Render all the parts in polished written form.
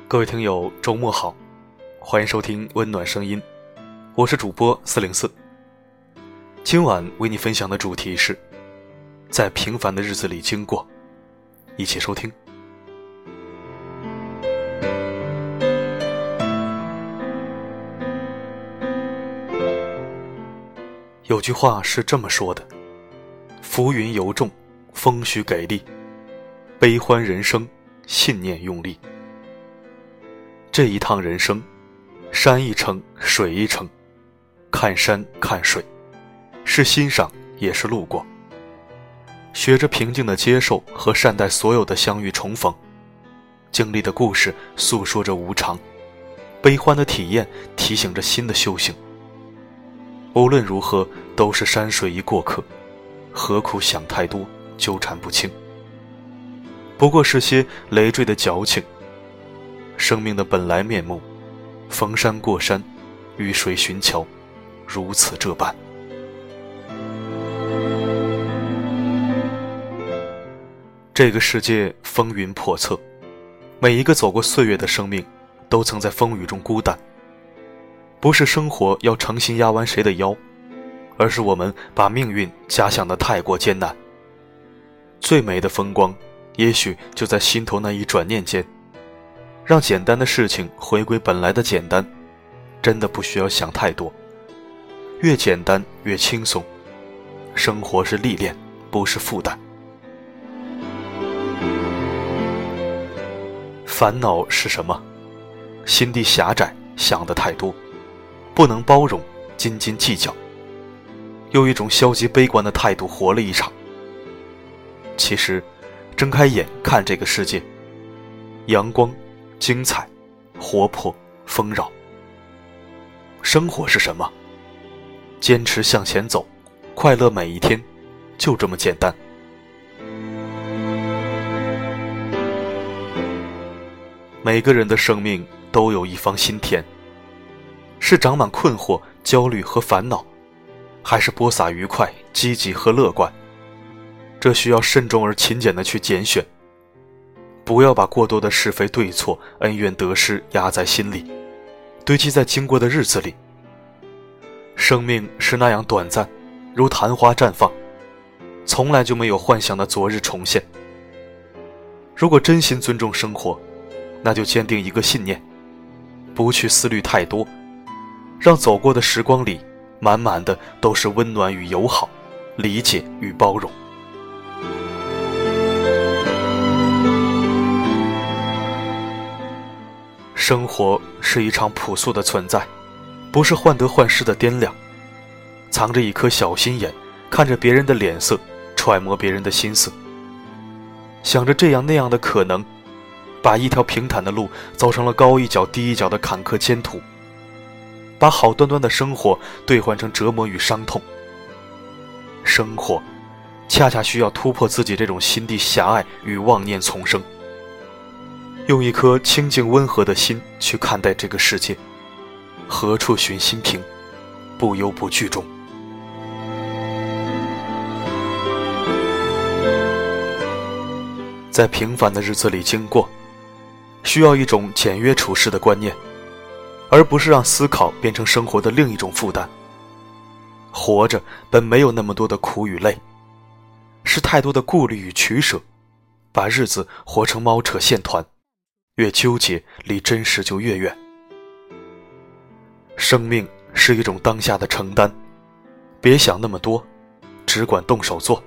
各位听友，周末好，欢迎收听温暖声音，我是主播404。今晚为你分享的主题是在平凡的日子里经过，一起收听。有句话是这么说的：浮云犹重，风须给力，悲欢人生，信念用力。这一趟人生，山一程，水一程，看山看水，是欣赏也是路过。学着平静地接受和善待所有的相遇重逢，经历的故事诉说着无常，悲欢的体验提醒着新的修行。无论如何，都是山水一过客，何苦想太多，纠缠不清。不过是些累赘的矫情。生命的本来面目，逢山过山，遇水寻桥，如此这般。这个世界风云叵测，每一个走过岁月的生命都曾在风雨中孤单。不是生活要诚心压弯谁的腰，而是我们把命运假想得太过艰难。最美的风光也许就在心头那一转念间，让简单的事情回归本来的简单，真的不需要想太多，越简单越轻松。生活是历练，不是负担。烦恼是什么？心地狭窄，想得太多，不能包容，斤斤计较，用一种消极悲观的态度活了一场。其实睁开眼看这个世界，阳光精彩，活泼，丰饶。生活是什么？坚持向前走，快乐每一天，就这么简单。每个人的生命都有一方心田，是长满困惑、焦虑和烦恼，还是播撒愉快、积极和乐观？这需要慎重而勤俭地去拣选。不要把过多的是非对错、恩怨得失压在心里，堆积在经过的日子里。生命是那样短暂，如昙花绽放，从来就没有幻想的昨日重现。如果真心尊重生活，那就坚定一个信念，不去思虑太多，让走过的时光里满满的都是温暖与友好，理解与包容。生活是一场朴素的存在，不是患得患失的掂量，藏着一颗小心眼，看着别人的脸色，揣摩别人的心思，想着这样那样的可能，把一条平坦的路造成了高一脚低一脚的坎坷艰途，把好端端的生活兑换成折磨与伤痛。生活恰恰需要突破自己这种心地狭隘与妄念丛生，用一颗清净温和的心去看待这个世界，何处寻心平，不忧不惧中。在平凡的日子里经过，需要一种简约处事的观念，而不是让思考变成生活的另一种负担。活着本没有那么多的苦与累，是太多的顾虑与取舍，把日子活成猫扯线团，越纠结离真实就越远。生命是一种当下的承担，别想那么多，只管动手做。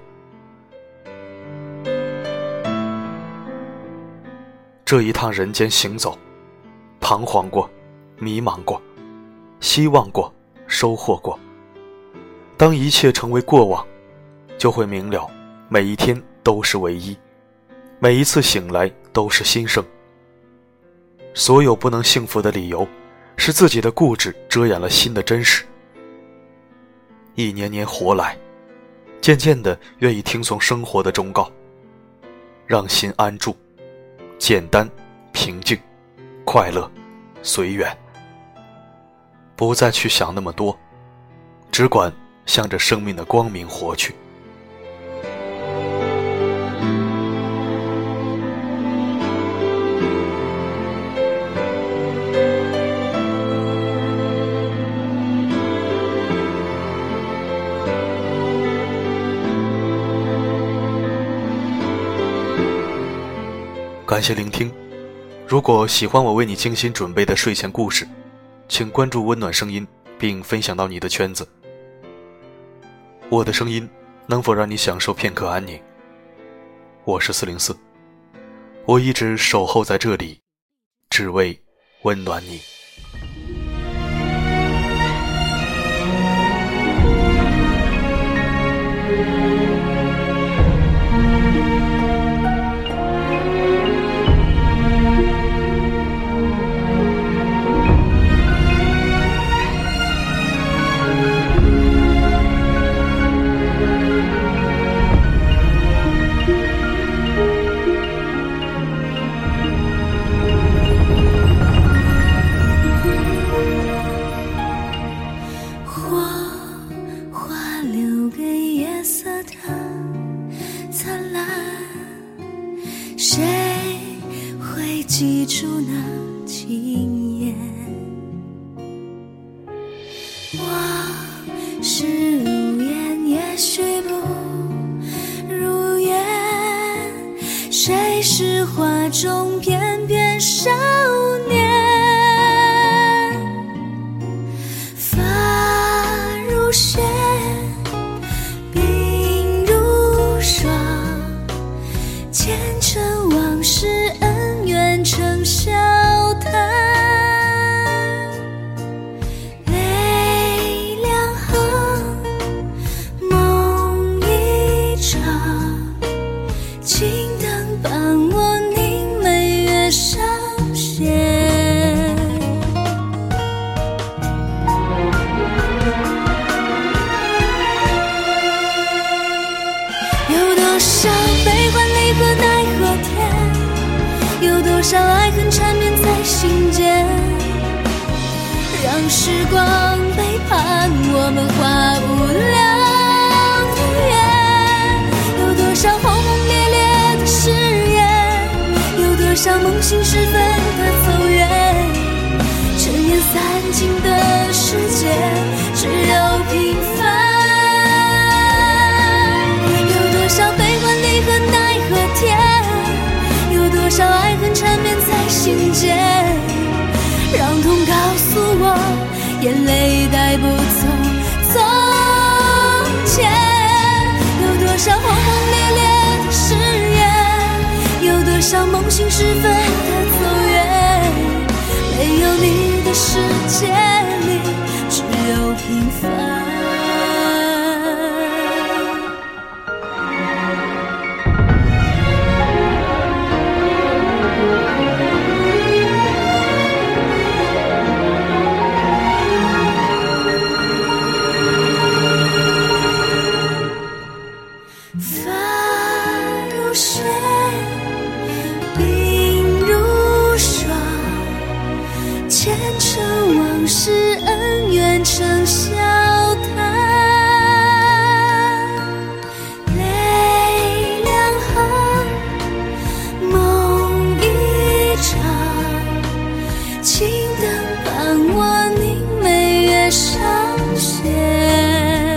这一趟人间行走，彷徨过，迷茫过，希望过，收获过。当一切成为过往，就会明了，每一天都是唯一，每一次醒来都是新生。所有不能幸福的理由，是自己的固执遮掩了心的真实。一年年活来，渐渐地愿意听从生活的忠告，让心安住，简单、平静、快乐、随缘，不再去想那么多，只管向着生命的光明活去。 感谢聆听。如果喜欢我为你精心准备的睡前故事，请关注温暖声音并分享到你的圈子。我的声音能否让你享受片刻安宁？我是404，我一直守候在这里，只为温暖你。 谁会记住那轻言？往事如烟，也许不如愿。谁是画中翩翩少年？发如雪，鬓如霜，前尘往事，恩怨成笑谈。泪两行，梦一场，青灯伴我凝眉月上弦。有多少悲欢离合奈何天，有多少爱恨缠绵在心间，让时光背叛我们画不了的圆。有多少轰轰烈烈的誓言，有多少梦醒时分的走远。尘烟散尽的世界，只有平凡。有多少悲欢离合奈何天，有多少爱恨缠绵在心间，让痛告诉我，眼泪带不走从前。有多少轰轰烈烈的誓言，有多少梦醒时分的走远。没有你的世界里，只有平凡。发如雪，鬓如霜，前尘往事，恩怨成笑谈。泪两行，梦一场，青灯伴我凝眉月上弦。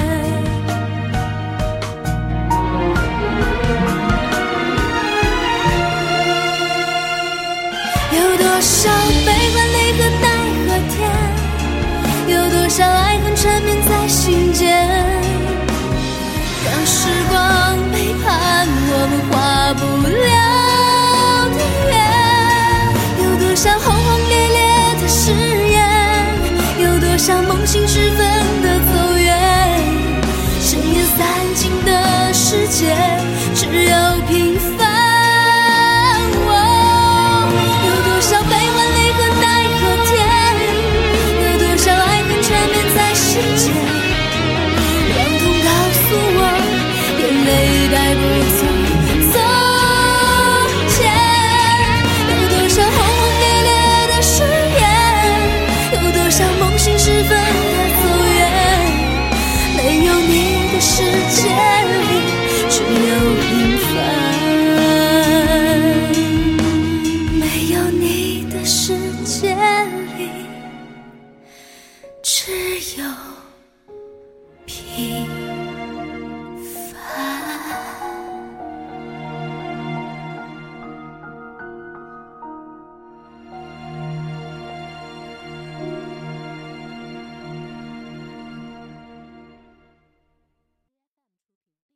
有多少悲欢离合奈何天，有多少爱恨缠绵在心间，让时光背叛我们画不了的圆。有多少轰轰烈烈的誓言，有多少梦醒时分的走远。尘烟散尽的世界，只有平凡。带不走从前，有多少轰轰烈烈的誓言，有多少梦醒时分的走远。没有你的世界里，只有平凡。没有你的世界里，只有平凡。